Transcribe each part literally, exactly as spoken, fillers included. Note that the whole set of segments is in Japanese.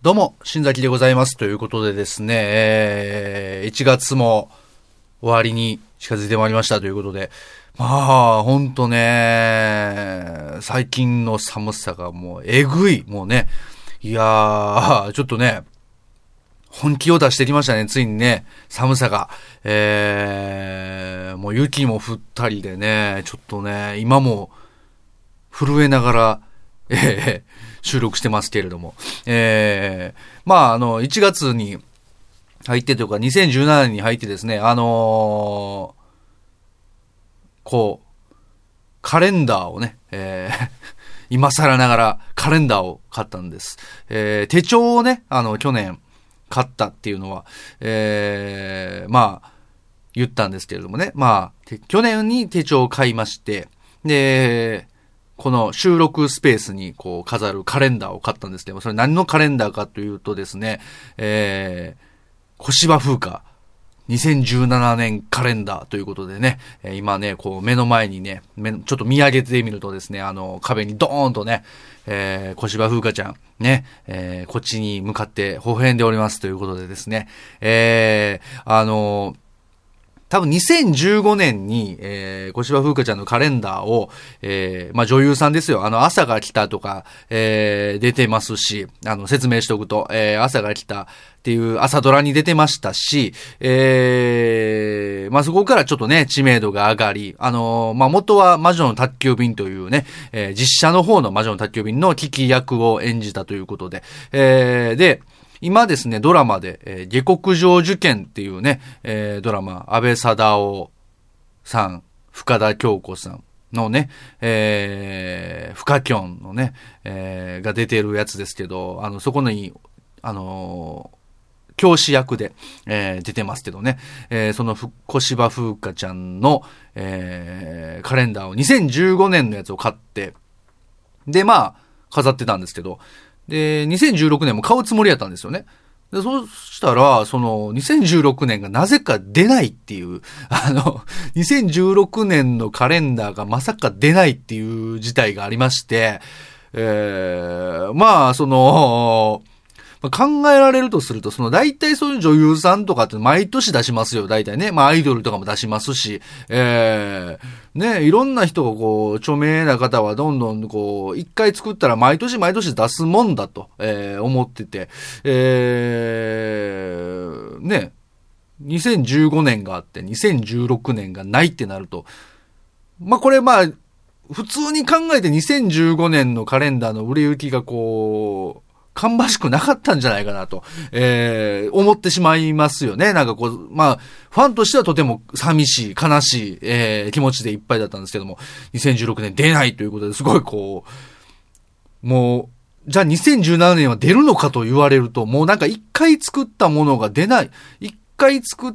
どうも、新崎でございます。ということでですね、えー、いちがつも終わりに近づいてまいりましたということで、まあ、ほんとね、最近の寒さがもうえぐい、もうね、いやー、ちょっとね、本気を出してきましたね、ついにね、寒さが。えー、もう雪も降ったりでね、ちょっとね、今も震えながら、えー、収録してますけれども。えー、まあ、あの、いちがつに入ってというか、にせんじゅうななねんに入ってですね、あのー、こう、カレンダーをね、えー、今更ながらカレンダーを買ったんです。えー、手帳をね、あの、去年買ったっていうのは、えー、まあ、言ったんですけれどもね、まあ、去年に手帳を買いまして、で、この収録スペースにこう飾るカレンダーを買ったんですけども、それ何のカレンダーかというとですね、えー、小芝風花にせんじゅうななねんカレンダーということでね、えー、今ね、こう目の前にね、目ちょっと見上げてみるとですね、あの壁にドーンとね、えー、小芝風花ちゃんね、えー、こっちに向かって微笑んでおりますということでですね、えー、あのー多分にせんじゅうごねんに、えー、小芝風花ちゃんのカレンダーを、えー、まあ、女優さんですよ。あの、朝が来たとか、えー、出てますし、あの、説明しておくと、えー、朝が来たっていう朝ドラに出てましたし、えー、まあ、そこからちょっとね、知名度が上がり、あのー、まあ、元は魔女の宅急便というね、えー、実写の方の魔女の宅急便のキキ役を演じたということで、えー、で、今ですね、ドラマで、えー、下克上受験っていうね、えー、ドラマ、安倍貞夫さん、深田恭子さんのね、えー、深きょんのね、えー、が出てるやつですけど、あの、そこに、あのー、教師役で、えー、出てますけどね、えー、その小芝風花ちゃんの、えー、カレンダーをにせんじゅうごねんのやつを買って、で、まあ、飾ってたんですけど、で、にせんじゅうろくねんも買うつもりやったんですよね。で、そうしたら、その、にせんじゅうろくねんがなぜか出ないっていう、あの、にせんじゅうろくねんのカレンダーがまさか出ないっていう事態がありまして、えー、まあ、その、考えられるとすると、その大体そういう女優さんとかって毎年出しますよ、大体ね。まあアイドルとかも出しますし、えー、ね、いろんな人がこう、著名な方はどんどんこう、一回作ったら毎年毎年出すもんだと、えー、思ってて、えー、ね、にせんじゅうごねんがあってにせんじゅうろくねんがないってなると、まあこれまあ、普通に考えてにせんじゅうごねんのカレンダーの売れ行きがこう、芳しくなかったんじゃないかなと、えー、思ってしまいますよね。なんかこう、まあ、ファンとしてはとても寂しい、悲しい、えー、気持ちでいっぱいだったんですけども、にせんじゅうろくねん出ないということですごいこう、もう、じゃあにせんじゅうななねんは出るのかと言われると、もうなんか一回作ったものが出ない。一回作って、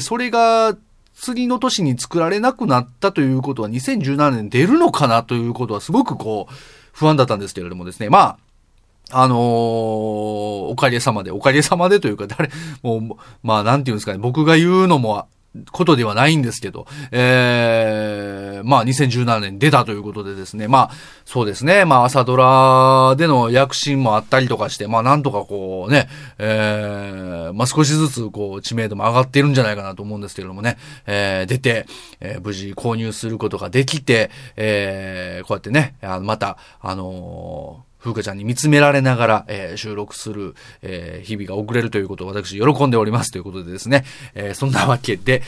それが次の年に作られなくなったということは、にせんじゅうななねん出るのかなということはすごくこう、不安だったんですけれどもですね。まあ、あのー、おかげさまで、おかげさまでというか、誰、もう、まあ、なんていうんですかね、僕が言うのも、ことではないんですけど、えー、まあ、にせんじゅうななねん出たということでですね、まあ、そうですね、まあ、朝ドラでの躍進もあったりとかして、まあ、なんとかこうね、えー、まあ、少しずつ、こう、知名度も上がっているんじゃないかなと思うんですけれどもね、えー、出て、えー、無事購入することができて、えー、こうやってね、あのまた、あのー、風花ちゃんに見つめられながら、えー、収録する、えー、日々が送れるということを私喜んでおりますということでですね、えー、そんなわけで、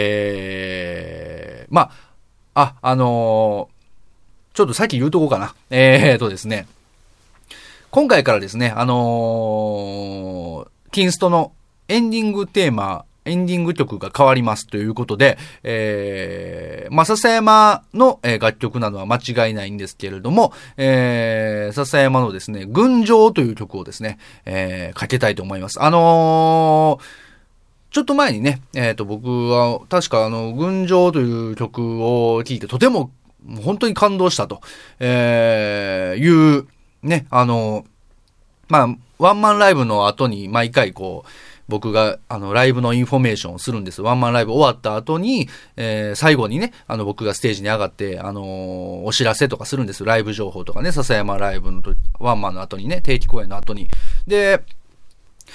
えー、まあ、あ、あのー、ちょっとさっき言うとこうかな。えーとですね、今回からですね、あのー、キンストのエンディングテーマ、エンディング曲が変わりますということで、えー、まあ、笹山の、えー、楽曲なのは間違いないんですけれども、えー、笹山のですね、群青という曲をですね、えー、かけたいと思います。あのー、ちょっと前にね、えっと、僕は確かあの、群青という曲を聴いてとても本当に感動したと、えー、いう、ね、あのー、まあ、ワンマンライブの後に毎回こう、僕が、あの、ライブのインフォメーションをするんです。ワンマンライブ終わった後に、えー、最後にね、あの、僕がステージに上がって、あのー、お知らせとかするんです。ライブ情報とかね、笹山ライブのとワンマンの後にね、定期公演の後に。で、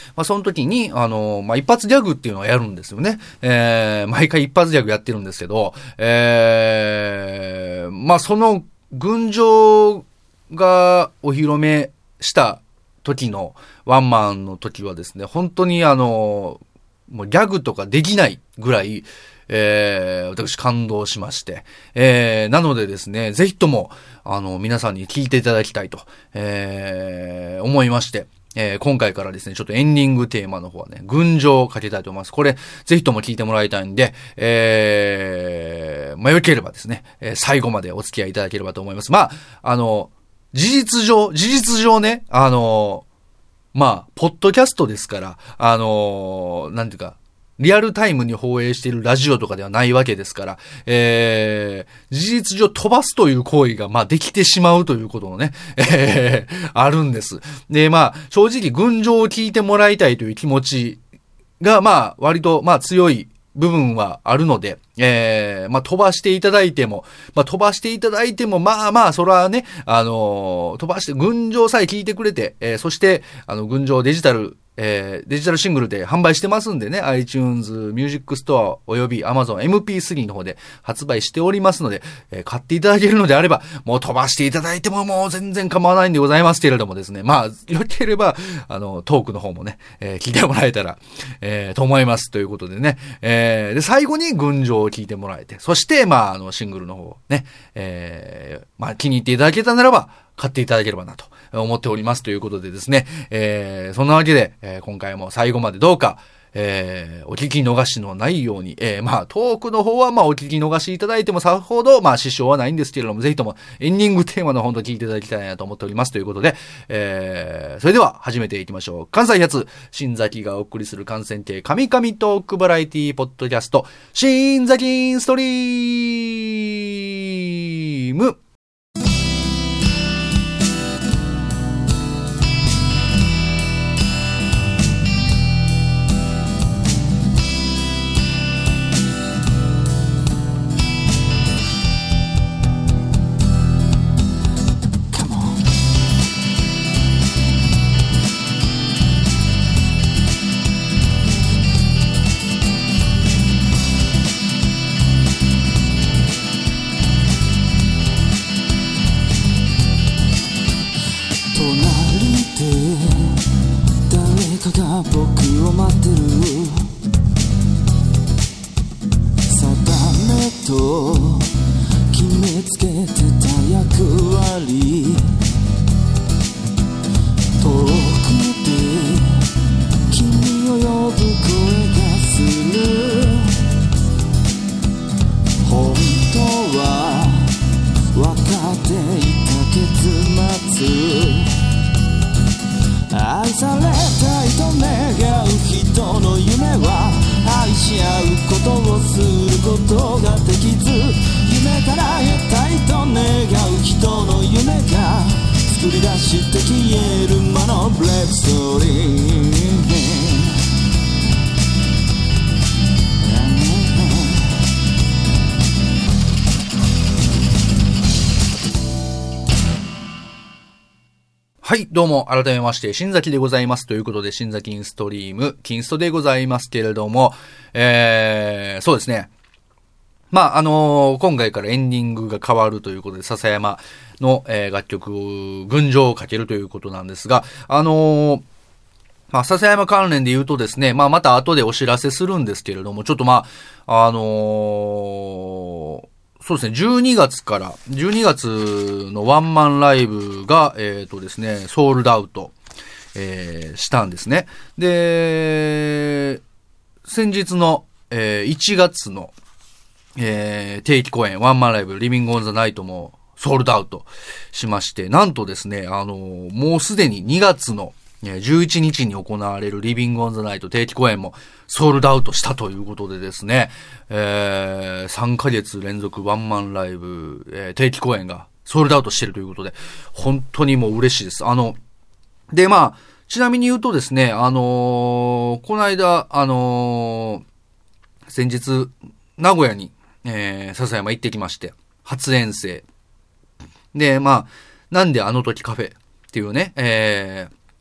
まあ、その時に、あの、まあ、一発ギャグっていうのをやるんですよね。えー、毎回一発ギャグやってるんですけど、えー、まあ、その、群青がお披露目した時のワンマンの時はですね、本当にあの、もうギャグとかできないぐらい、えー、私感動しまして、えー、なのでですね、ぜひとも、あの、皆さんに聞いていただきたいと、えー、思いまして、えー、今回からですね、ちょっとエンディングテーマの方はね、群青をかけたいと思います。これ、ぜひとも聞いてもらいたいんで、えー、まあ、よければですね、えー、最後までお付き合いいただければと思います。まあ、あの、事実上、事実上ね、あの、まあ、ポッドキャストですから、あの、なんていうか、リアルタイムに放映しているラジオとかではないわけですから、えー、事実上飛ばすという行為が、まあ、できてしまうということのね、えー、あるんです。で、まあ、正直、群青を聞いてもらいたいという気持ちが、まあ、割と、まあ、強い部分はあるので、えー、まあ、飛ばしていただいても、まあ、飛ばしていただいても、まあまあ、それはね、あのー、飛ばして、群青さえ聞いてくれて、えー、そして、あの、群青デジタル、えー、デジタルシングルで販売してますんでね、iTunes Music Store および Amazon エムピースリー の方で発売しておりますので、えー、買っていただけるのであれば、もう飛ばしていただいてももう全然構わないんでございますけれどもですね、まあ、よければ、あの、トークの方もね、えー、聞いてもらえたら、えー、と思いますということでね、えー、で、最後に群青を聞いてもらえて、そして、まあ、あの、シングルの方ね、えー、まあ、気に入っていただけたならば、買っていただければなと思っておりますということでですね、えー、そんなわけで、えー、今回も最後までどうか、えー、お聞き逃しのないように、えー、まあ、トークの方は、まあ、お聞き逃しいただいてもさほど、まあ、支障はないんですけれども、ぜひともエンディングテーマの方と聞いていただきたいなと思っておりますということで、えー、それでは始めていきましょう。関西発、新崎がお送りする感染系神々トークバラエティポッドキャスト、新崎インストリーム。 僕を待ってる定めと決めつけてた役割遠くで君を呼ぶ声がする本当は分かっていた結末愛されたいと願う人の夢は愛し合うことをすることができず夢叶えたいと願う人の夢が作り出して消える魔のブレイクストーリーはい、どうも、改めまして、新崎でございます。ということで、新崎インストリーム、キンストでございますけれども、えー、そうですね。まあ、あのー、今回からエンディングが変わるということで、笹山の、えー、楽曲を、群青をかけるということなんですが、あのー、まあ、笹山関連で言うとですね、まあ、また後でお知らせするんですけれども、ちょっとまあ、あのー、そうですね、じゅうにがつから、じゅうにがつのワンマンライブが、えっとですね、ソールドアウト、えー、したんですね。で、先日の、えー、いちがつの、えー、定期公演、ワンマンライブ、リビングオンザナイトもソールドアウトしまして、なんとですね、あのー、もうすでににがつのじゅういちにちに行われるリビングオンザナイト定期公演もソールドアウトしたということでですね、えー、さんかげつ連続ワンマンライブ、えー、定期公演がソールドアウトしているということで、本当にもう嬉しいです。あの、で、まあ、ちなみに言うとですね、あのー、この間、あのー、先日、名古屋に、えー、笹山行ってきまして、初遠征。で、まあ、なんであの時カフェっていうね、えー、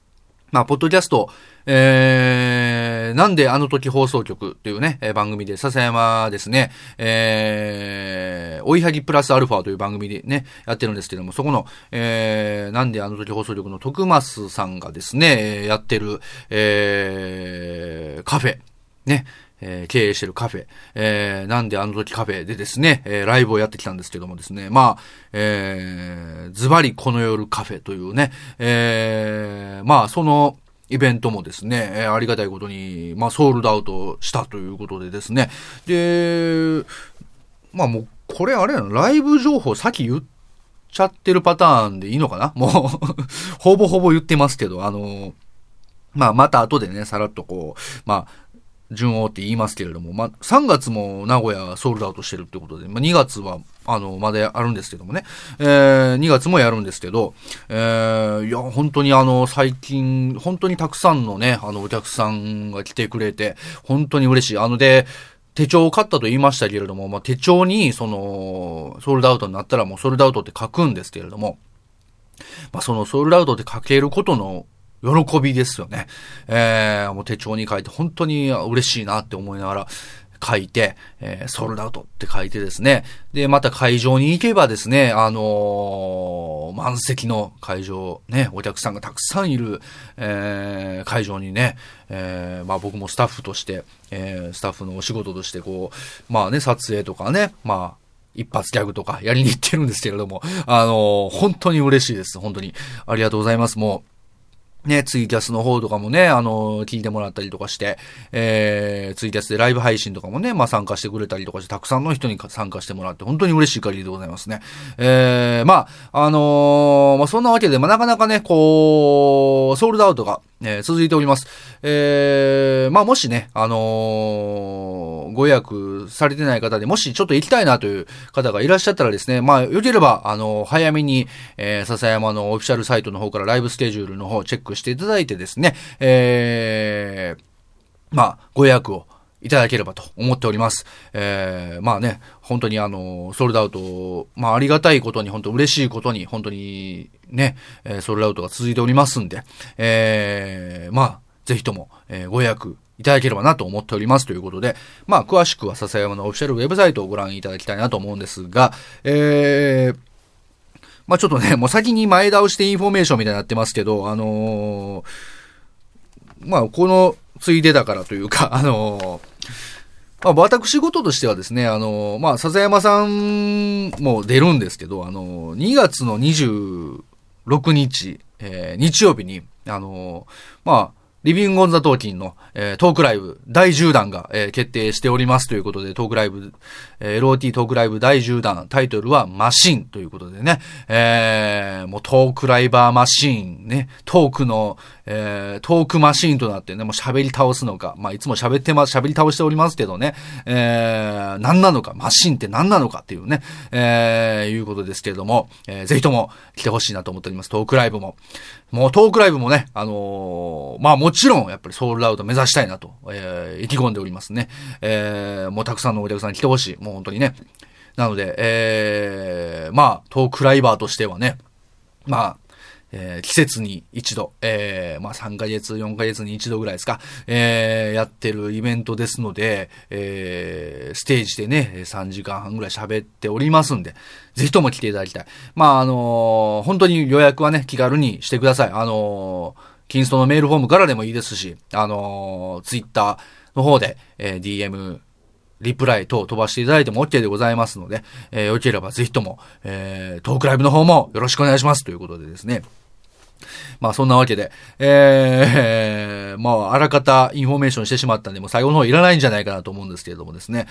まあ、ポッドキャスト、えー、なんであの時放送局というね、えー、番組で、笹山ですね、えー、追いはぎプラスアルファという番組でね、やってるんですけども、そこの、えー、なんであの時放送局の徳増さんがですね、やってる、えー、カフェ、ね、えー、経営してるカフェ、えー、なんであの時カフェでですね、えー、ライブをやってきたんですけどもですね、まあ、えー、ズバリこの夜カフェというね、えー、まあ、その、イベントもですね、えー、ありがたいことに、まあ、ソールドアウトしたということでですね。で、まあもう、これあれやな、ライブ情報先言っちゃってるパターンでいいのかなもう、ほぼほぼ言ってますけど、あの、まあ、また後でね、さらっとこう、まあ、順応って言いますけれども、まあ、さんがつも名古屋ソールドアウトしてるってことで、まあ、にがつは、あの、まだあるんですけどもね、えー、にがつもやるんですけど、えー、いや、本当にあの、最近、本当にたくさんのね、あの、お客さんが来てくれて、本当に嬉しい。あの、で、手帳を買ったと言いましたけれども、まあ、手帳に、その、ソールドアウトになったらもうソールドアウトって書くんですけれども、まあ、そのソールドアウトって書けることの、喜びですよね。えー、もう手帳に書いて本当に嬉しいなって思いながら書いて、えー、ソールドアウトって書いてですね。で、また会場に行けばですね、あのー、満席の会場、ね、お客さんがたくさんいる、えー、会場にね、えー、まあ僕もスタッフとして、えー、スタッフのお仕事としてこう、まあね、撮影とかね、まあ、一発ギャグとかやりに行ってるんですけれども、あのー、本当に嬉しいです。本当に。ありがとうございます。もう、ね、ツイキャスの方とかもね、あの、聞いてもらったりとかして、えー、ツイキャスでライブ配信とかもね、まあ参加してくれたりとかして、たくさんの人に参加してもらって、本当に嬉しい限りでございますね。えー、まあ、あのー、まあそんなわけで、まあなかなかね、こう、ソールドアウトが、えー、続いております。えー、まあもしね、あのー、ご予約されてない方で、もしちょっと行きたいなという方がいらっしゃったらですね、まあよければ、あのー、早めに、えー、笹山のオフィシャルサイトの方からライブスケジュールの方をチェックしていただいてですね、えー、まあご予約をいただければと思っております。えー、まあね、本当にあの、ソールドアウト、まあありがたいことに、本当嬉しいことに、本当にね、えー、ソールドアウトが続いておりますんで、えー、まあ、ぜひとも、えー、ご予約いただければなと思っておりますということで、まあ詳しくは笹山のオフィシャルウェブサイトをご覧いただきたいなと思うんですが、えー、まあちょっとね、もう先に前倒してインフォメーションみたいになってますけど、あのー、まあこのついでだからというか、あのー、まあ私事としてはですね、あのー、まあ笹山さんも出るんですけど、あのー、にがつのにじゅうろくにち、えー、日曜日に、あのー、まあリビングオンザトーキンの、えー、トークライブだいじゅうだんが、えー、決定しておりますということで、トークライブ、えー、エルオーティー トークライブだいじゅうだん、タイトルはマシンということでね、えー、もうトークライバーマシーンね、トークの、えー、トークマシーンとなってね、もう喋り倒すのか、まあいつも喋ってます、喋り倒しておりますけどね、えー、何なのか、マシンって何なのかっていうね、えー、いうことですけれども、えー、ぜひとも来てほしいなと思っております、トークライブも。もうトークライブもね、あのー、まあもちろんやっぱりソールドアウト目指したいなと、えー、意気込んでおりますね。えー、もうたくさんのお客さんに来てほしい。もう本当にね。なので、えー、まあトークライバーとしてはね、まあ、えー、季節に一度、えー、まあさんかげつ、よんかげつに一度ぐらいですか、えー、やってるイベントですので、えー、ステージでね、さんじかんはんぐらい喋っておりますんで、ぜひとも来ていただきたい。まああのー、本当に予約はね、気軽にしてください。あのー、キンストのメールフォームからでもいいですし、あのー、ツイッターの方で、えー、ディーエム、リプライ等飛ばしていただいても OK でございますので、えー、よければぜひとも、えー、トークライブの方もよろしくお願いしますということでですね。まあそんなわけで、えー、まああらかたインフォメーションしてしまったんで、もう最後の方いらないんじゃないかなと思うんですけれどもですね。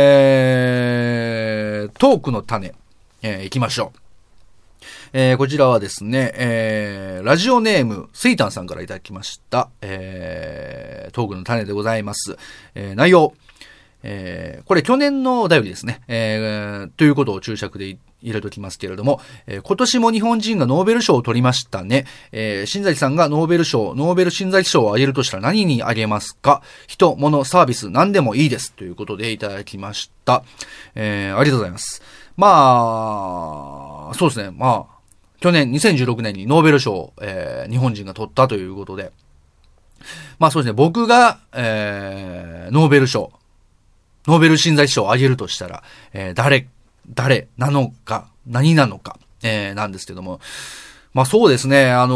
えー、トークの種、えー、行きましょう。えー、こちらはですね、えー、ラジオネーム、スイタンさんからいただきました、えー、トークの種でございます。えー、内容、えー、これ去年のお便りですね、えー、ということを注釈で入れときますけれども、えー、今年も日本人がノーベル賞を取りましたね。えー、新崎さんがノーベル賞、ノーベル新崎賞をあげるとしたら何にあげますか？人、物、サービス、何でもいいです。ということでいただきました。えー、ありがとうございます。まあ、そうですね。まあ、 去年にせんじゅうろくねんにノーベル賞を、えー、日本人が取ったということで、まあそうですね、僕が、えー、ノーベル賞、ノーベル親善賞をあげるとしたら、えー、誰、誰なのか、何なのか、えー、なんですけども、まあそうですね、あの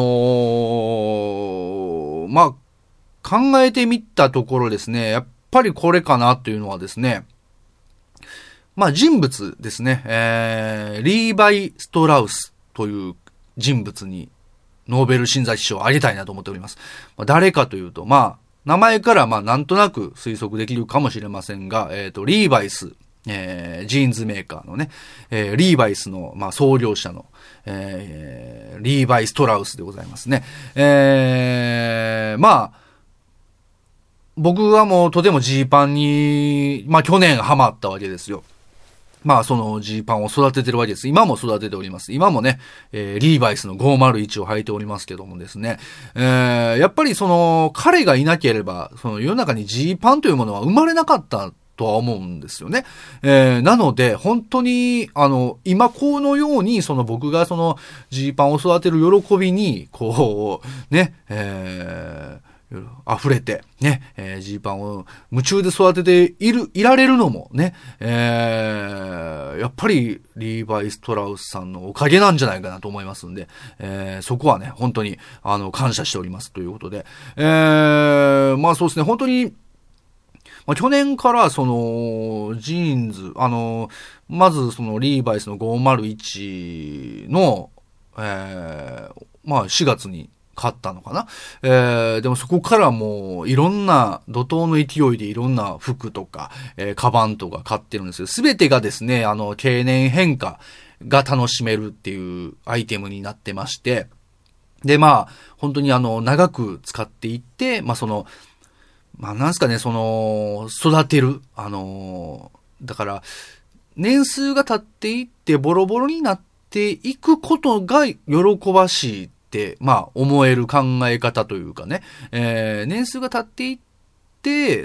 ー、まあ考えてみたところですね、やっぱりこれかなというのはですね、まあ人物ですね、えー、リーバイ・ストラウスという人物にノーベル親善賞をあげたいなと思っております。まあ、誰かというと、まあ名前からまあなんとなく推測できるかもしれませんが、えっと、リーバイス、えー、ジーンズメーカーのね、えー、リーバイスの、まあ、創業者の、えー、リーバイ・ストラウスでございますね。えー、まあ、僕はもうとてもジーパンに、まあ去年ハマったわけですよ。まあそのジーパンを育ててるわけです。今も育てております。今もね、えー、リーバイスのごーまるいちを履いておりますけどもですね。えー、やっぱりその彼がいなければ、その世の中にジーパンというものは生まれなかったとは思うんですよね。えー、なので本当にあの今このようにその僕がそのジーパンを育てる喜びにこうね、えー溢れて、ね、えー、ジーパンを夢中で育てている、いられるのもね、えー、やっぱりリーバイ・ストラウスさんのおかげなんじゃないかなと思いますんで、えー、そこはね、本当に、あの、感謝しておりますということで、えー、まあそうですね、本当に、まあ、去年からその、ジーンズ、あの、まずそのリーバイスのごーまるいちの、えー、まあしがつに、買ったのかな、えー、でもそこからもういろんな怒涛の勢いでいろんな服とか、えー、カバンとか買ってるんですよ。すべてがですね、あの、経年変化が楽しめるっていうアイテムになってまして、で、まあ、本当にあの、長く使っていって、まあその、まあなんすかね、その、育てる、あの、だから、年数が経っていってボロボロになっていくことが喜ばしい。まあ、思える考え方というかね、えー、年数が経っていって、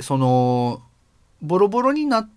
その、ボロボロになって、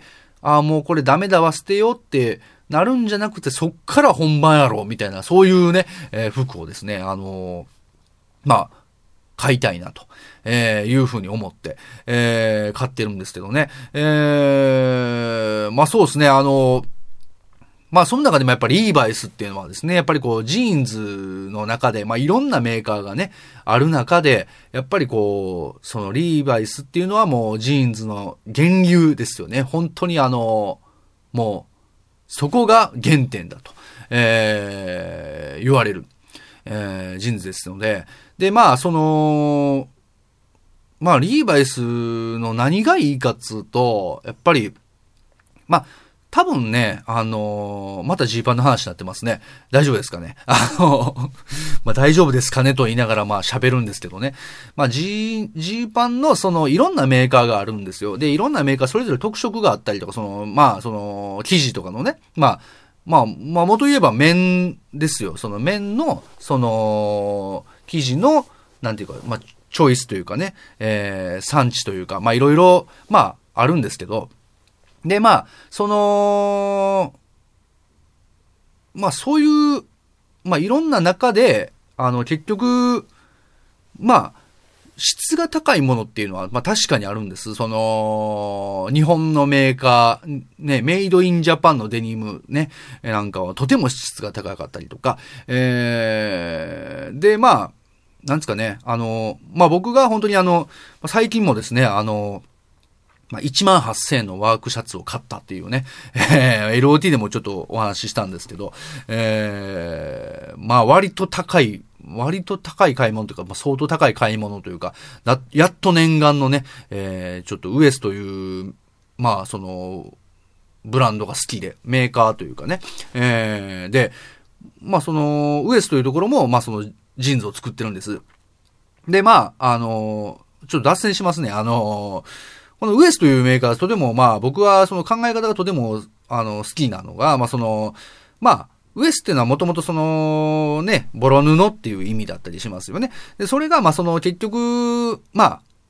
ああ、もうこれダメだわ、捨てようってなるんじゃなくて、そっから本番やろ、みたいな、そういうね、えー、服をですね、あのー、まあ、買いたいなと、えー、いうふうに思って、えー、買ってるんですけどね、えー、まあそうですね、あのー、まあその中でもやっぱりリーバイスっていうのはですね、やっぱりこうジーンズの中で、まあいろんなメーカーがね、ある中で、やっぱりこう、そのリーバイスっていうのはもうジーンズの源流ですよね。本当にあの、もう、そこが原点だと、えー、言われる、えー、ジーンズですので、でまあその、まあリーバイスの何がいいかっつうと、やっぱり、まあ、多分ね、あのー、またジーパンの話になってますね。大丈夫ですかね。あのー、まあ大丈夫ですかねと言いながらまあ喋るんですけどね。まあジー、ジーパンのそのいろんなメーカーがあるんですよ。で、いろんなメーカーそれぞれ特色があったりとか、その、まあその、生地とかのね、まあ、まあ、まあ元言えば綿ですよ。その綿の、その、生地の、なんていうか、まあ、チョイスというかね、えー、産地というか、まあいろいろ、まああるんですけど、で、まあ、その、まあそういう、まあいろんな中で、あの結局、まあ、質が高いものっていうのは、まあ確かにあるんです。その、日本のメーカー、ね、メイドインジャパンのデニムね、なんかはとても質が高かったりとか、えー、で、まあ、なんですかね、あの、まあ僕が本当にあの、最近もですね、あの、まあ、いちまんはっせんえんのワークシャツを買ったっていうね、えー、エルオーティー でもちょっとお話ししたんですけど、えー、まあ割と高い、割と高い買い物というか、まあ、相当高い買い物というか、やっと念願のね、えー、ちょっとウエスという、まあその、ブランドが好きで、メーカーというかね、えー、で、まあその、ウエスというところも、まあその、ジーンズを作ってるんです。で、まあ、あの、ちょっと脱線しますね、あの、このウエスというメーカーとても、まあ僕はその考え方がとても、あの、好きなのが、まあその、まあ、ウエスっていうのはもともとその、ね、ボロ布っていう意味だったりしますよね。で、それが、まあその結局、まあ、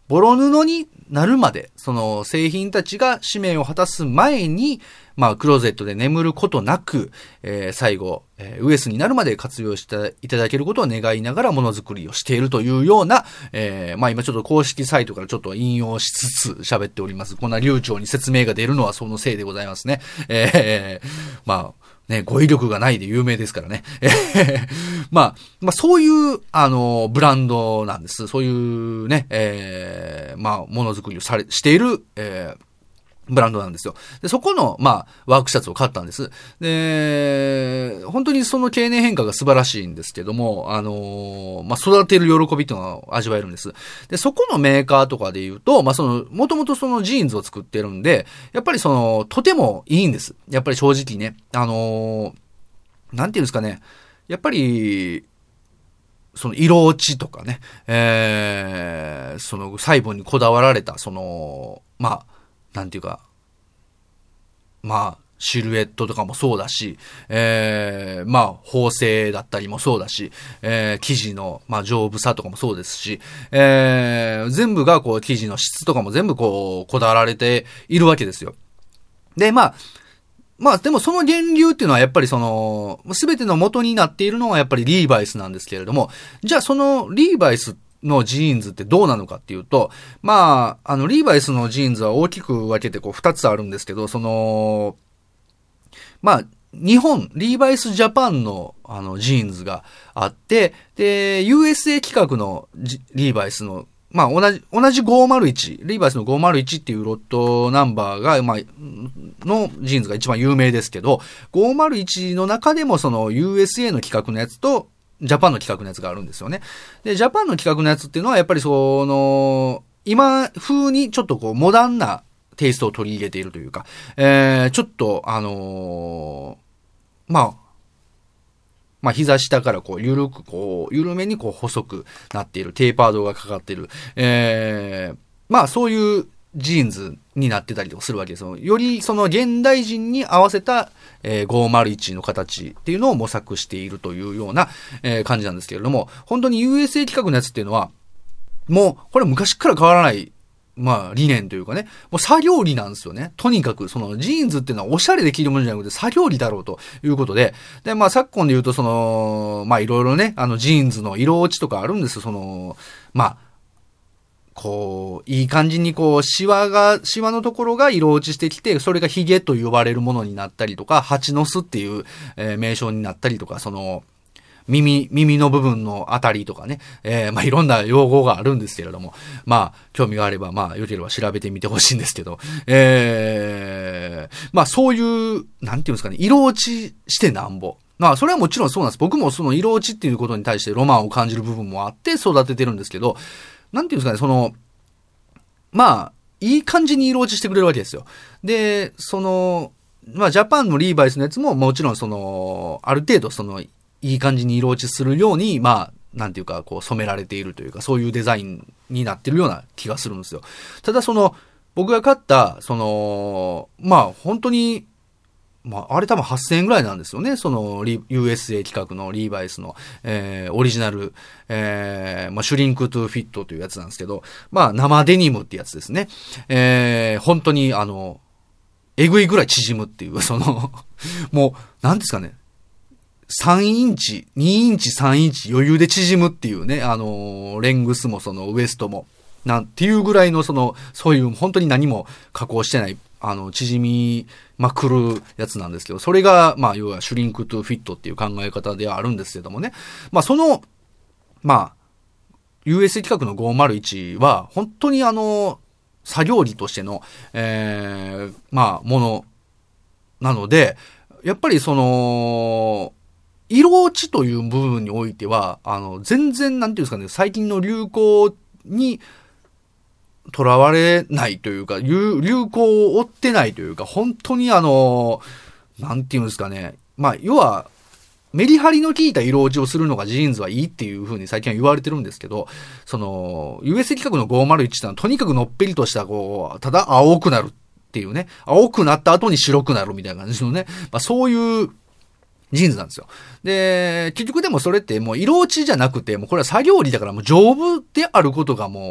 ボロ布になるまで、その製品たちが使命を果たす前に、まあ、クローゼットで眠ることなく、えー、最後、えー、ウエスになるまで活用していただけることを願いながらものづくりをしているというような、えー、まあ今ちょっと公式サイトからちょっと引用しつつ喋っております。こんな流暢に説明が出るのはそのせいでございますね。えー、まあ、ね、語彙力がないで有名ですからね。まあ、まあそういう、あの、ブランドなんです。そういうね、えー、まあ、ものづくりをされ、している、えー、ブランドなんですよ。で、そこの、まあ、ワークシャツを買ったんです。で、本当にその経年変化が素晴らしいんですけども、あのー、まあ、育てる喜びっていうのは味わえるんです。で、そこのメーカーとかで言うと、まあ、その、もともとそのジーンズを作ってるんで、やっぱりその、とてもいいんです。やっぱり正直ね。あのー、なんていうんですかね。やっぱり、その色落ちとかね、えー、その細部にこだわられた、その、まあ、なんていうか、まあ、シルエットとかもそうだし、えー、まあ、縫製だったりもそうだし、えー、生地の、まあ、丈夫さとかもそうですし、えー、全部がこう、生地の質とかも全部こう、こだわられているわけですよ。で、まあ、まあ、でもその源流っていうのはやっぱりその、すべての元になっているのはやっぱりリーバイスなんですけれども、じゃあそのリーバイスのジーンズってどうなのかっていうと、まあ、あの、リーバイスのジーンズは大きく分けてこう二つあるんですけど、その、まあ、日本、リーバイスジャパンのあのジーンズがあって、で、ユーエスエー 規格のリーバイスの、まあ、同じ、同じごーまるいち、リーバイスのごーまるいちっていうロットナンバーが、まあ、のジーンズが一番有名ですけど、ごーまるいちの中でもその ユーエスエー の規格のやつと、ジャパンの企画のやつがあるんですよね。で、ジャパンの企画のやつっていうのはやっぱりその、今風にちょっとこうモダンなテイストを取り入れているというか、えー、ちょっとあのー、まあ、まあ膝下からこう緩くこう、緩めにこう細くなっている、テーパードがかかっている、えー、まあそういうジーンズになってたりとかするわけですよ。よりその現代人に合わせた、えー、ごーまるいちの形っていうのを模索しているというような、えー、感じなんですけれども、本当に ユーエスエー 規格のやつっていうのは、もうこれ昔から変わらない、まあ理念というかね、もう作業着なんですよね。とにかくそのジーンズっていうのはおしゃれで着るものじゃなくて作業着だろうということで、で、まあ昨今で言うとその、まあいろいろね、あのジーンズの色落ちとかあるんですよ。その、まあ、こう、いい感じにこう、シワが、シワのところが色落ちしてきて、それがヒゲと呼ばれるものになったりとか、蜂の巣っていう、えー、名称になったりとか、その、耳、耳の部分のあたりとかね、えー、まあ、いろんな用語があるんですけれども、まあ、興味があれば、まあ、よければ調べてみてほしいんですけど、えー、まあ、そういう、なんていうんですかね、色落ちしてなんぼ。まあ、それはもちろんそうなんです。僕もその色落ちっていうことに対してロマンを感じる部分もあって育ててるんですけど、なんていうんですかね、その、まあ、いい感じに色落ちしてくれるわけですよ。で、その、まあ、ジャパンのリーバイスのやつももちろんその、ある程度その、いい感じに色落ちするように、まあ、なんていうか、こう染められているというか、そういうデザインになってるような気がするんですよ。ただその、僕が買った、その、まあ、本当に、まあ、あれ多分はっせんえんぐらいなんですよね。その、ユーエスエー 規格のリーバイスの、えー、オリジナル、えー、まあ、シュリンクトゥフィットというやつなんですけど、まあ、生デニムってやつですね。えー、本当に、あの、えぐいぐらい縮むっていう、その、もう、なんですかね。さんインチ、にインチ、さんインチ余裕で縮むっていうね、あの、レングスもそのウエストも、なんていうぐらいのその、そういう本当に何も加工してない、あの、縮みまくるやつなんですけど、それが、まあ、要はシュリンクトゥフィットっていう考え方ではあるんですけどもね。まあ、その、まあ、ユーエスエー 規格のごーまるいちは、本当にあの、作業着としての、えー、まあ、ものなので、やっぱりその、色落ちという部分においては、あの、全然、なんていうんですかね、最近の流行に、囚われないというか、流行を追ってないというか、本当にあの、なんていうんですかね。まあ、要は、メリハリの効いた色落ちをするのがジーンズはいいっていう風に最近は言われてるんですけど、その、ユーエスエー 規格のごーまるいちってのはとにかくのっぺりとした、こう、ただ青くなるっていうね、青くなった後に白くなるみたいな感じのね、まあそういうジーンズなんですよ。で、結局でもそれってもう色落ちじゃなくて、もうこれは作業着だからもう丈夫であることがもう、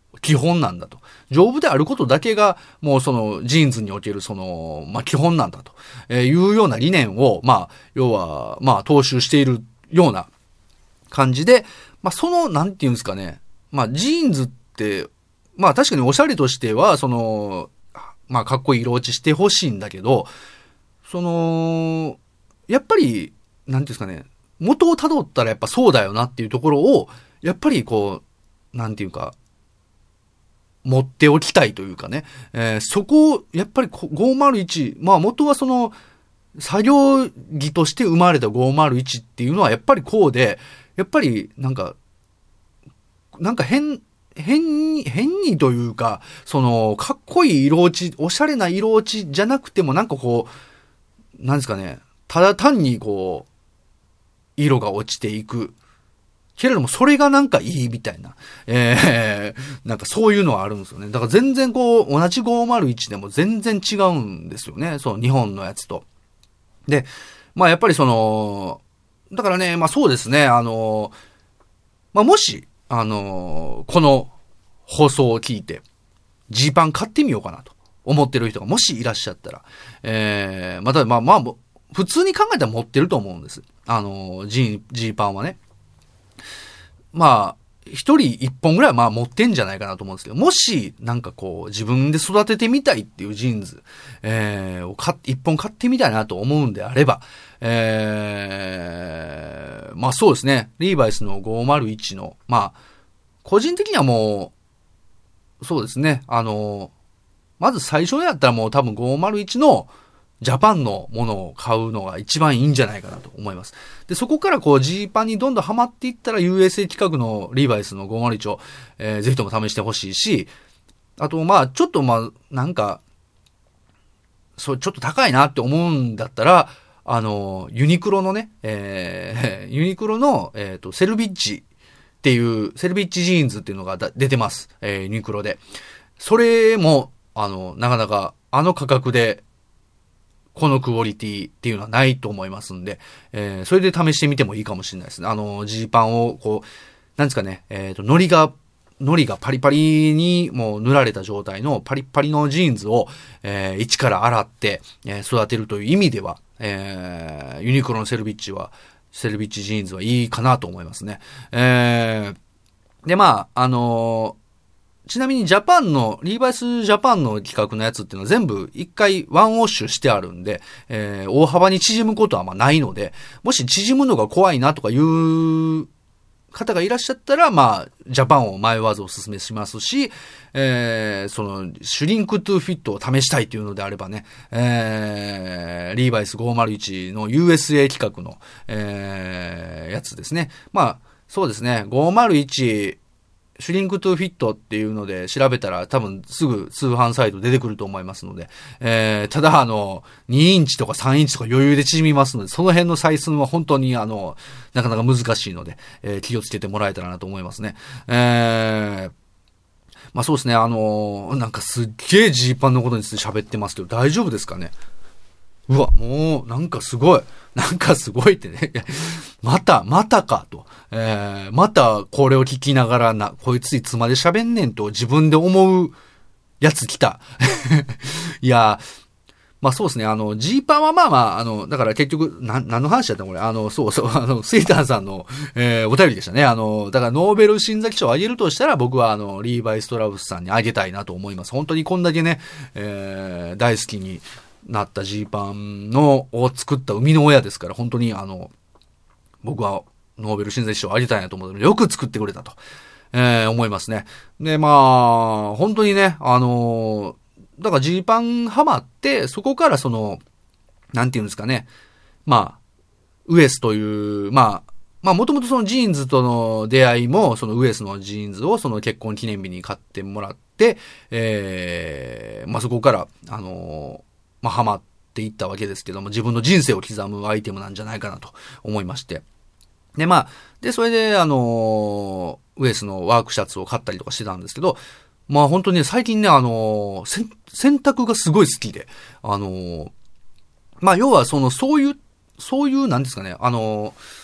基本なんだと。丈夫であることだけが、もうそのジーンズにおけるその、まあ基本なんだと、えー、いうような理念を、まあ、要は、まあ踏襲しているような感じで、まあその、なんていうんですかね、まあジーンズって、まあ確かにおしゃれとしては、その、まあかっこいい色落ちしてほしいんだけど、その、やっぱり、なんていうんですかね、元を辿ったらやっぱそうだよなっていうところを、やっぱりこう、なんていうか、持っておきたいというかね、えー、そこを、やっぱりごーまるいち、まあ元はその、作業着として生まれたごーまるいちっていうのはやっぱりこうで、やっぱりなんか、なんか変、変に、変にというか、その、かっこいい色落ち、おしゃれな色落ちじゃなくてもなんかこう、なんですかね、ただ単にこう、色が落ちていく。けれども、それがなんかいいみたいな。えー、なんかそういうのはあるんですよね。だから全然こう、同じごーまるいちでも全然違うんですよね。その日本のやつと。で、まあやっぱりその、だからね、まあそうですね、あの、まあもし、あの、この放送を聞いて、ジーパン買ってみようかなと思ってる人がもしいらっしゃったら、えー、また、まあまあ、普通に考えたら持ってると思うんです。あの、ジー、ジーパンはね。まあ、一人一本ぐらいはまあ持ってんじゃないかなと思うんですけど、もし、なんかこう、自分で育ててみたいっていうジーンズ、えー、を買っ、一本買ってみたいなと思うんであれば、えー、まあそうですね、リーバイスのごーまるいちの、まあ、個人的にはもう、そうですね、あの、まず最初にやったらもう多分ごーまるいちの、ジャパンのものを買うのが一番いいんじゃないかなと思います。で、そこからこう ジーパンにどんどんハマっていったら ユーエスエー 規格のリーバイスのごーまるいちを、えー、ぜひとも試してほしいし、あとまあちょっとまあなんか、そうちょっと高いなって思うんだったら、あの、ユニクロのね、えー、ユニクロの、えっと、セルビッジっていう、セルビッジジーンズっていうのが出てます。えー、ユニクロで。それも、あの、なかなかあの価格で、このクオリティっていうのはないと思いますんで、えー、それで試してみてもいいかもしれないですね。あの、ジーパンを、こう、なんですかね、えっと、糊が、糊がパリパリにもう塗られた状態のパリッパリのジーンズを、えー、一から洗って、えー、育てるという意味では、えー、ユニクロのセルビッチは、セルビッチジーンズはいいかなと思いますね。えー、で、まあ、あのー、ちなみにジャパンの、リーバイスジャパンの企画のやつっていうのは全部一回ワンウォッシュしてあるんで、えー、大幅に縮むことはまあないので、もし縮むのが怖いなとかいう方がいらっしゃったら、まあ、ジャパンを迷わずお勧めしますし、えー、その、シュリンクトゥフィットを試したいというのであればね、えー、リーバイスごーまるいちの ユーエスエー 規格の、えー、やつですね。まあ、そうですね、ごーまるいち、シュリンクトゥフィットっていうので調べたら多分すぐ通販サイト出てくると思いますので、えー、ただあの、にインチとかさんインチとか余裕で縮みますので、その辺の採寸は本当にあの、なかなか難しいので、えー、気をつけてもらえたらなと思いますね。えー、まあそうですね、あの、なんかすっげージーパンのことについて喋ってますけど、大丈夫ですかね？うわ、もう、なんかすごい。なんかすごいってね。また、またかと。えー、またこれを聞きながらな、こいついつまで喋んねんと自分で思うやつ来た。いや、まあそうですね。あの、ジーパンはまあまあ、あの、だから結局、な、何の話だったのこれ。あの、そうそう、あの、スイーターさんの、えー、お便りでしたね。あの、だからノーベル新崎賞をあげるとしたら僕はあの、リーバイ・ストラウスさんにあげたいなと思います。本当にこんだけね、えー、大好きに、なったジーパンのを作った生みの親ですから、本当にあの僕はノーベル親善賞をあげたいなと思うので、よく作ってくれたと、えー、思いますね。で、まあ本当にね、あのだからジーパンハマって、そこからそのなんていうんですかね、まあウエスというまあまあもともとそのジーンズとの出会いも、そのウエスのジーンズをその結婚記念日に買ってもらって、えー、まあそこからあのまあ、ハマっていったわけですけども、自分の人生を刻むアイテムなんじゃないかなと思いまして。で、まあ、で、それで、あのー、ウエスのワークシャツを買ったりとかしてたんですけど、まあ本当にね、最近ね、あのー、洗濯がすごい好きで、あのー、まあ要はその、そういう、そういう、なんですかね、あのー、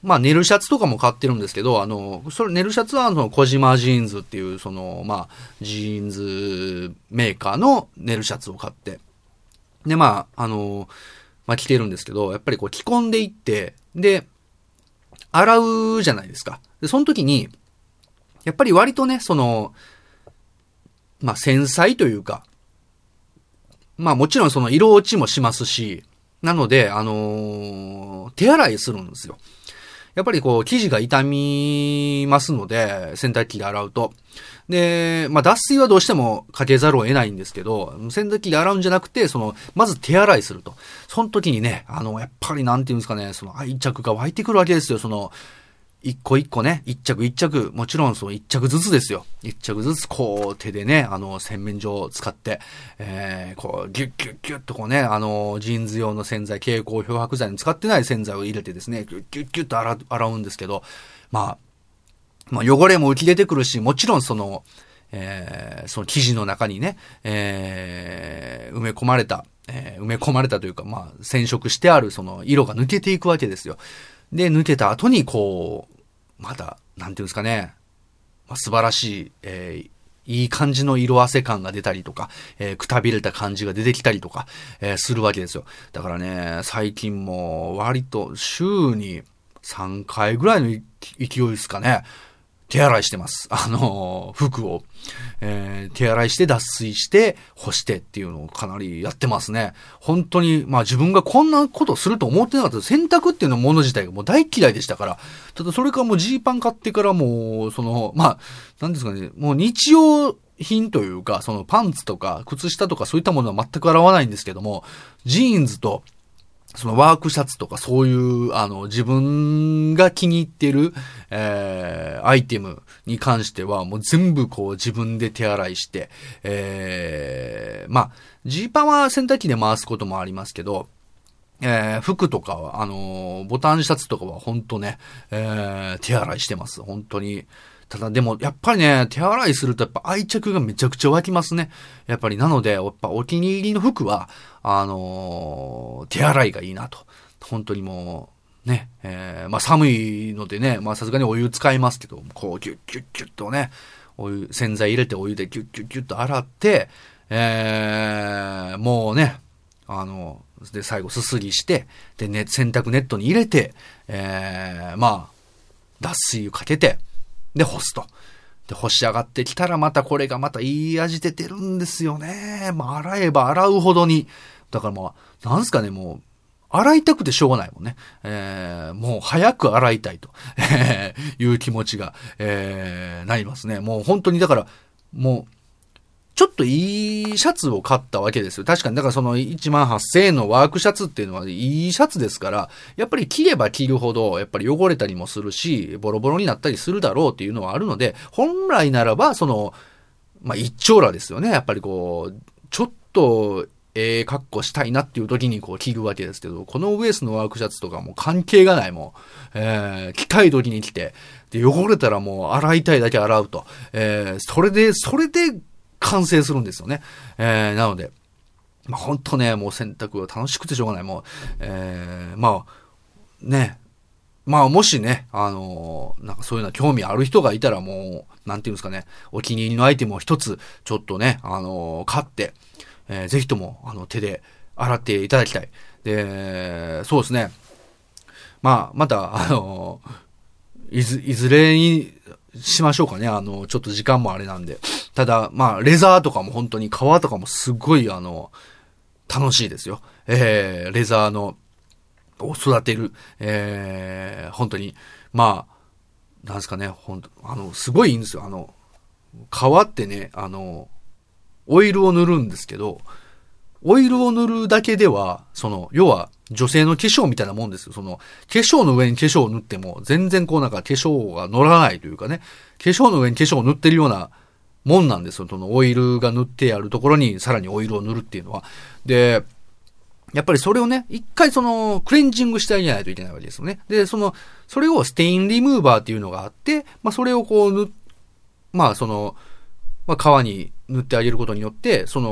まあ、ネルシャツとかも買ってるんですけど、あの、それ、ネルシャツは、あの、小島ジーンズっていう、その、まあ、ジーンズメーカーのネルシャツを買って、で、まあ、あの、まあ、着てるんですけど、やっぱりこう、着込んでいって、で、洗うじゃないですか。で、その時に、やっぱり割とね、その、まあ、繊細というか、まあもちろんその色落ちもしますし、なので、あのー、手洗いするんですよ。やっぱりこう、生地が傷みますので、洗濯機で洗うと。で、まあ脱水はどうしてもかけざるを得ないんですけど、洗濯機で洗うんじゃなくて、その、まず手洗いすると。その時にね、あの、やっぱりなんていうんですかね、その愛着が湧いてくるわけですよ、その、一個一個ね、一着一着、もちろんその一着ずつですよ。一着ずつこう手でね、あの洗面所を使って、えー、こうギュッギュッギュッとこうね、あのジーンズ用の洗剤、蛍光漂白剤に使ってない洗剤を入れてですね、ギュッギュッギュッと洗う、洗うんですけど、まあ、まあ汚れも浮き出てくるし、もちろんその、えー、その生地の中にね、えー、埋め込まれた、えー、埋め込まれたというか、まあ染色してあるその色が抜けていくわけですよ。で、抜けた後にこう、まだ、なんていうんですかね、まあ、素晴らしい、えー、いい感じの色あせ感が出たりとか、えー、くたびれた感じが出てきたりとか、えー、するわけですよ。だからね、最近も割と週にさんかいぐらいの勢いですかね、手洗いしてます。あのー、服を、えー、手洗いして脱水して干してっていうのをかなりやってますね。本当に、まあ自分がこんなことすると思ってなかった。洗濯っていうのもの自体がもう大嫌いでしたから。ただそれからもうジーパン買ってからもう、その、まあ、なんですかね、もう日用品というか、そのパンツとか靴下とかそういったものは全く洗わないんですけども、ジーンズと、そのワークシャツとかそういう、あの、自分が気に入ってる、えー、アイテムに関してはもう全部こう自分で手洗いして、えー、まあ、ジーパンは洗濯機で回すこともありますけど、えー、服とかは、あのー、ボタンシャツとかは本当ね、えー、手洗いしてます。本当に。ただでも、やっぱりね、手洗いするとやっぱ愛着がめちゃくちゃ湧きますね。やっぱりなので、やっぱお気に入りの服は、あのー、手洗いがいいなと。本当にもう、ね、えー、まあ寒いのでね、まあさすがにお湯使いますけど、こうギュッギュッギュッとね、お湯、洗剤入れてお湯でギュッギュッギュッと洗って、えー、もうね、あの、で最後すすぎして、でね、洗濯ネットに入れて、えー、まあ、脱水をかけて、で、干すと。で、干し上がってきたらまたこれがまたいい味出てるんですよね。まあ、洗えば洗うほどに。だからまあ、なんすかね、もう、洗いたくてしょうがないもんね。えー、もう早く洗いたいという気持ちが、えー、なりますね。もう本当にだから、もう、ちょっといいシャツを買ったわけですよ。確かに、だからそのいちまんはっせんえんのワークシャツっていうのはいいシャツですから、やっぱり着れば着るほど、やっぱり汚れたりもするし、ボロボロになったりするだろうっていうのはあるので、本来ならば、その、まあ、一丁羅ですよね。やっぱりこう、ちょっと、ええ格好したいなっていう時にこう着るわけですけど、このウエスのワークシャツとかもう関係がないもん。えー、着たい時に着て、で、汚れたらもう洗いたいだけ洗うと。えー、それで、それで、完成するんですよね。えー、なので、まあ、ほんとね、もう洗濯は楽しくてしょうがない。もう、えー、まあ、ね、まあ、もしね、あのー、なんかそういうの興味ある人がいたらもう、なんていうんですかね、お気に入りのアイテムを一つ、ちょっとね、あのー、買って、えー、ぜひとも、あの、手で洗っていただきたい。で、そうですね。まあ、また、あのー、いず、いずれに、しましょうかね。あの、ちょっと時間もあれなんで。ただ、まあ、レザーとかも本当に革とかもすごい、あの、楽しいですよ。えー、レザーの、を育てる、えー、本当に、まあ、なんですかね、本当あの、すごいいいんですよ。あの、革ってね、あの、オイルを塗るんですけど、オイルを塗るだけでは、その、要は、女性の化粧みたいなもんですよ。その、化粧の上に化粧を塗っても、全然こうなんか化粧が乗らないというかね、化粧の上に化粧を塗ってるようなもんなんですよ。そのオイルが塗ってあるところにさらにオイルを塗るっていうのは。で、やっぱりそれをね、一回その、クレンジングしてあげないといけないわけですよね。で、その、それをステインリムーバーっていうのがあって、まあそれをこう塗っ、まあその、まあ皮に塗ってあげることによって、その、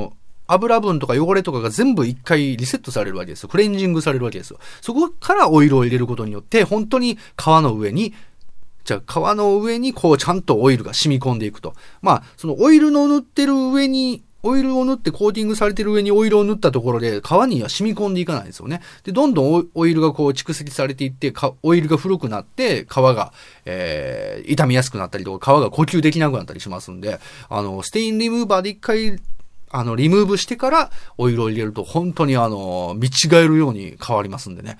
油分とか汚れとかが全部一回リセットされるわけですよ。クレンジングされるわけですよ。そこからオイルを入れることによって、本当に皮の上に、じゃあ皮の上にこうちゃんとオイルが染み込んでいくと。まあ、そのオイルの塗ってる上に、オイルを塗ってコーティングされてる上にオイルを塗ったところで皮には染み込んでいかないんですよね。で、どんどんオイルがこう蓄積されていって、オイルが古くなって皮が、えー、傷みやすくなったりとか皮が呼吸できなくなったりしますんで、あの、ステインリムーバーで一回、あの、リムーブしてからオイルを入れると本当にあの、見違えるように変わりますんでね。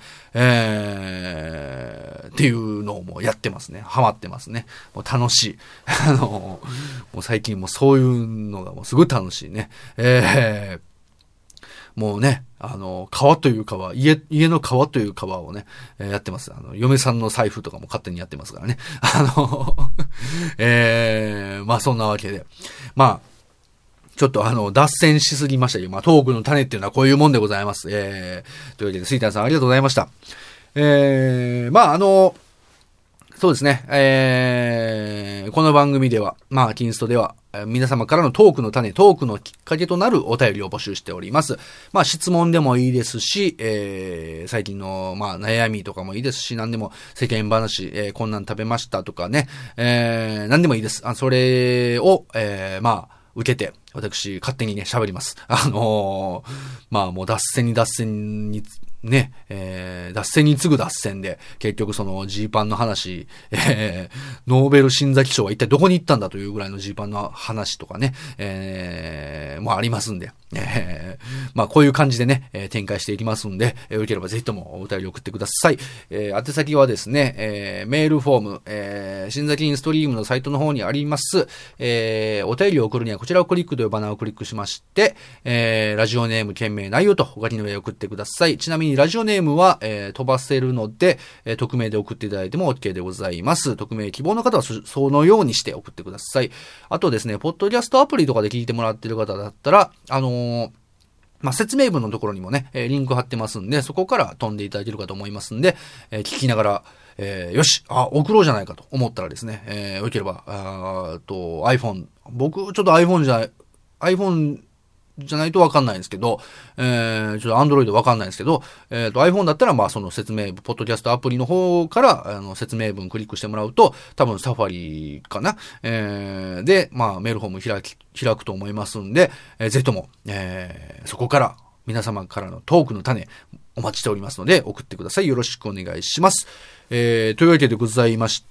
えー、っていうのをもうやってますね。ハマってますね。もう楽しい。あの、もう最近もうそういうのがもうすごい楽しいね。えー、もうね、あの、革という革、家、家の革という革をね、えー、やってます。あの、嫁さんの財布とかも勝手にやってますからね。あの、えー、まあそんなわけで。まあ、ちょっとあの、脱線しすぎましたけど、まあ、トークの種っていうのはこういうもんでございます。えー、というわけで、スイタンさんありがとうございました。えー、まあ、あの、そうですね、えー、この番組では、まあ、キンストでは、皆様からのトークの種、トークのきっかけとなるお便りを募集しております。まあ、質問でもいいですし、えー、最近の、まあ、悩みとかもいいですし、何でも世間話、えー、こんなん食べましたとかね、えー、何でもいいです。あ、それを、えー、まあ、受けて、私、勝手にね、喋ります。あのー、まあもう脱線に脱線に、ね、えー、脱線に次ぐ脱線で、結局そのジーパンの話、えー、ノーベル新崎賞は一体どこに行ったんだというぐらいのジーパンの話とかね、えー、もうありますんで、えー、まあこういう感じでね、えー、展開していきますんで、えー、よければぜひともお便り送ってください。えー、宛先はですね、えー、メールフォーム、えー、新崎インストリームのサイトの方にあります、えー、お便りを送るにはこちらをクリックというバナーをクリックしまして、えー、ラジオネーム、件名、内容とお書きの上送ってください。ちなみにラジオネームは、えー、飛ばせるので、えー、匿名で送っていただいても OK でございます。匿名希望の方は そ, そのようにして送ってください。あとですね、ポッドキャストアプリとかで聞いてもらってる方だったら、あのー、まあ、説明文のところにもね、えー、リンク貼ってますんで、そこから飛んでいただけるかと思いますんで、えー、聞きながら、えー、よし、あ、送ろうじゃないかと思ったらですね、えー、よければ、あと iPhone、僕ちょっと iPhone じゃ、iPhone じゃないとわかんないんですけど、えー、ちょっと Android わかんないんですけど、えっと iPhone だったらまあその説明文、ポッドキャストアプリの方からあの説明文クリックしてもらうと、多分サファリかな、えー、で、まあメールフォーム開き、開くと思いますんで、えー、ぜひとも、えー、そこから皆様からのトークの種お待ちしておりますので送ってください。よろしくお願いします。えー、というわけでございまして、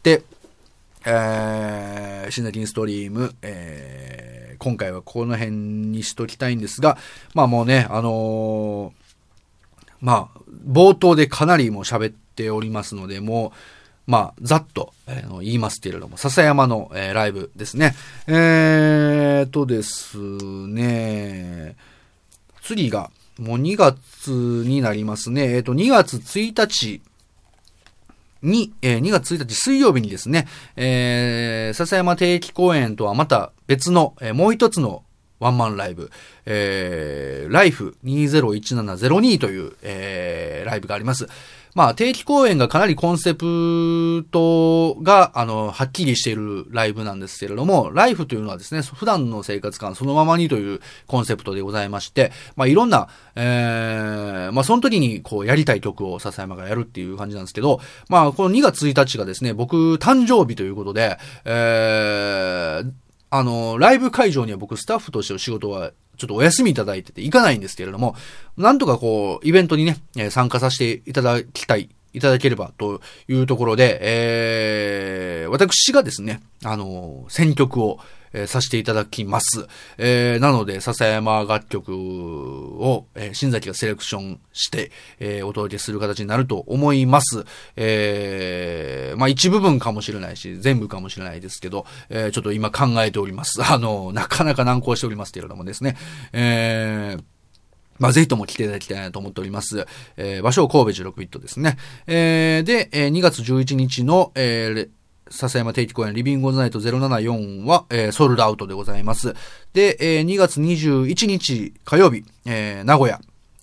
えー、シナティンストリーム、えー、今回はこの辺にしときたいんですが、まあもうね、あのー、まあ、冒頭でかなりもう喋っておりますので、もう、まあ、ざっと、えー、言いますけれども、笹山の、えー、ライブですね。えーとですね、次が、もうにがつになりますね。えっと、にがつついたち、に、えー、にがつついたち水曜日にですね、えー、笹山定期公演とはまた別の、えー、もう一つのワンマンライブ、えー、ライフにせんじゅうななゼロにという、えー、ライブがあります。まあ、定期公演がかなりコンセプトが、あの、はっきりしているライブなんですけれども、ライフというのはですね、普段の生活感そのままにというコンセプトでございまして、まあ、いろんな、えー、まあ、その時にこう、やりたい曲を笹山がやるっていう感じなんですけど、まあ、このにがつついたちがですね、僕、誕生日ということで、えー、あの、ライブ会場には僕、スタッフとしての仕事は、ちょっとお休みいただいてて行かないんですけれども、なんとかこう、イベントにね、えー、参加させていただきたい、いただければというところで、えー、私がですね、あのー、選曲を、えー、させていただきます。えー、なので、笹山楽曲を、えー、新崎がセレクションして、えー、お届けする形になると思います。えー、まあ一部分かもしれないし、全部かもしれないですけど、えー、ちょっと今考えております。あのー、なかなか難航しておりますけれどもですね。えーまあ、ぜひとも来ていただきたいなと思っております。えー、場所を神戸じゅうろくビットですね。えー、で、えー、にがつじゅういちにちの、えー、笹山定期公演リビングオンザナイトゼロななよんは、えー、ソールドアウトでございます。で、えー、にがつにじゅういちにち火曜日、えー、名古屋、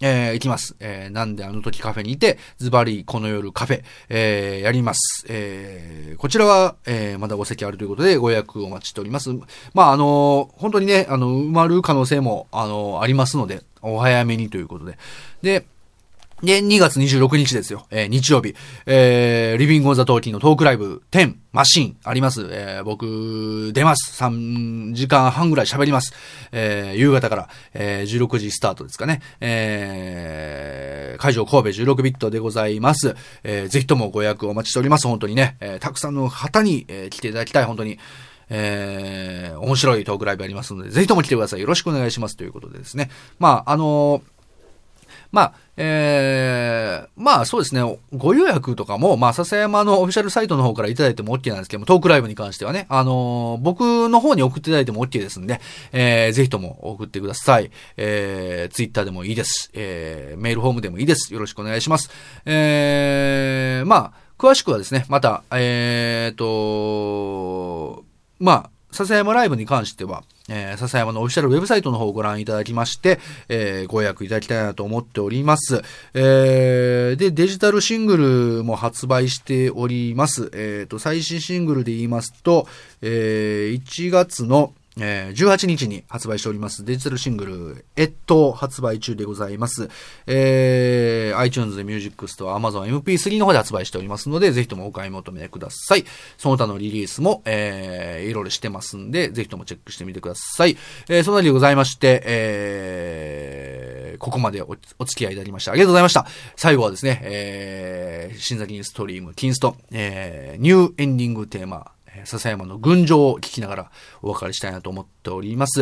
えー、行きます。えー、なんであの時カフェにいて、ズバリこの夜カフェ、えー、やります。えー、こちらは、えー、まだご席あるということでご予約お待ちしております。まあ、あのー、本当にね、あの、埋まる可能性も、あのー、ありますので、お早めにということで。で、で、にがつにじゅうろくにちですよ。えー、日曜日。えー、リビングオンザトーキーのトークライブじゅうマシンあります。えー、僕、出ます。さんじかんはんぐらい喋ります。えー、夕方から、えー、じゅうろくじスタートですかね。えー、会場神戸じゅうろくビットでございます。えー、ぜひともご予約お待ちしております。本当にね。えー、たくさんの方に、えー、来ていただきたい。本当に。えー、面白いトークライブありますので、ぜひとも来てください。よろしくお願いします。ということでですね。まあ、あのー、まあ、えー、まあそうですね、ご予約とかも、まあ笹山のオフィシャルサイトの方からいただいても OK なんですけども、トークライブに関してはね、あのー、僕の方に送っていただいても OK ですんで、えー、ぜひとも送ってください。えー、ツイッターでもいいです。えー、メールフォームでもいいです。よろしくお願いします。えー、まあ、詳しくはですね、また、えーと、まあ、笹山ライブに関しては、えー、笹山のオフィシャルウェブサイトの方をご覧いただきまして、えー、ご予約いただきたいなと思っております。えー、で、デジタルシングルも発売しております。えーと、最新シングルで言いますと、えー、いちがつのえー、じゅうはちにちに発売しておりますデジタルシングル、越冬発売中でございます。えー、iTunes ミュージックストア、Amazon エムピースリー の方で発売しておりますので、ぜひともお買い求めください。その他のリリースも、えー、いろいろしてますんで、ぜひともチェックしてみてください。えー、そのあたりでございまして、えー、ここまで お, お付き合いいただきましたありがとうございました。最後はですね、えー、新崎にストリーム、キンスト、えー、ニューエンディングテーマ、笹山の群青を聞きながらお別れしたいなと思っております。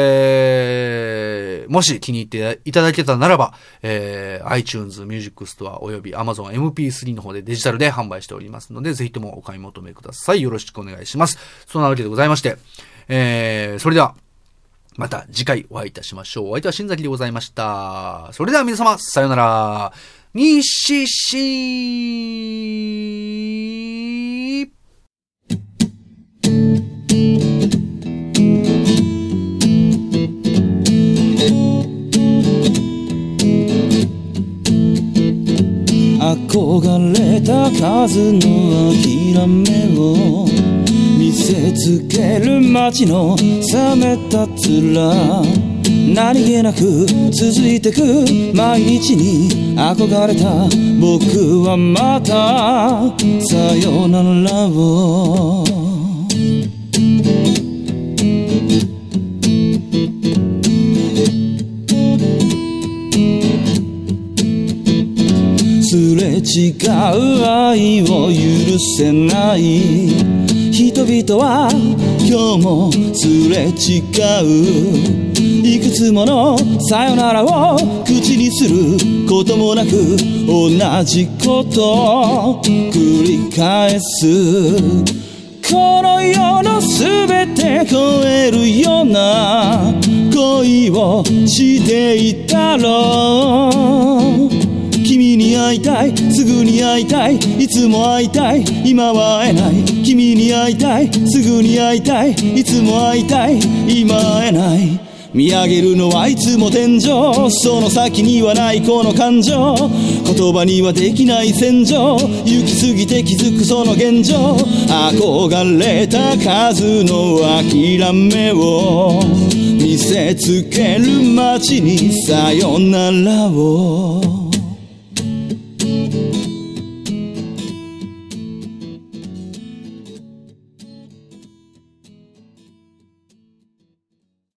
えー、もし気に入っていただけたならば、えー、iTunes ミュージックストアおよび Amazon エムピースリー の方でデジタルで販売しておりますので、ぜひともお買い求めください。よろしくお願いします。そんなわけでございまして、えー、それでは、また次回お会いいたしましょう。お相手は新崎でございました。それでは皆様、さようなら。西し憧れた数の諦めを見せつける街の冷めた面、何気なく続いてく毎日に憧れた僕はまたさよならをすれ違う愛を許せない人々は今日もすれ違ういくつものさよならを口にすることもなく同じことを繰り返すこの世のすべて超えるような恋をしていたろう君に会いたいすぐに会いたいいつも会いたい今は会えない君に会いたいすぐに会いたいいつも会いたい今会えない見上げるのはいつも天井その先にはないこの感情言葉にはできない戦場行き過ぎて気づくその現状憧れた数の諦めを見せつける街にさよならを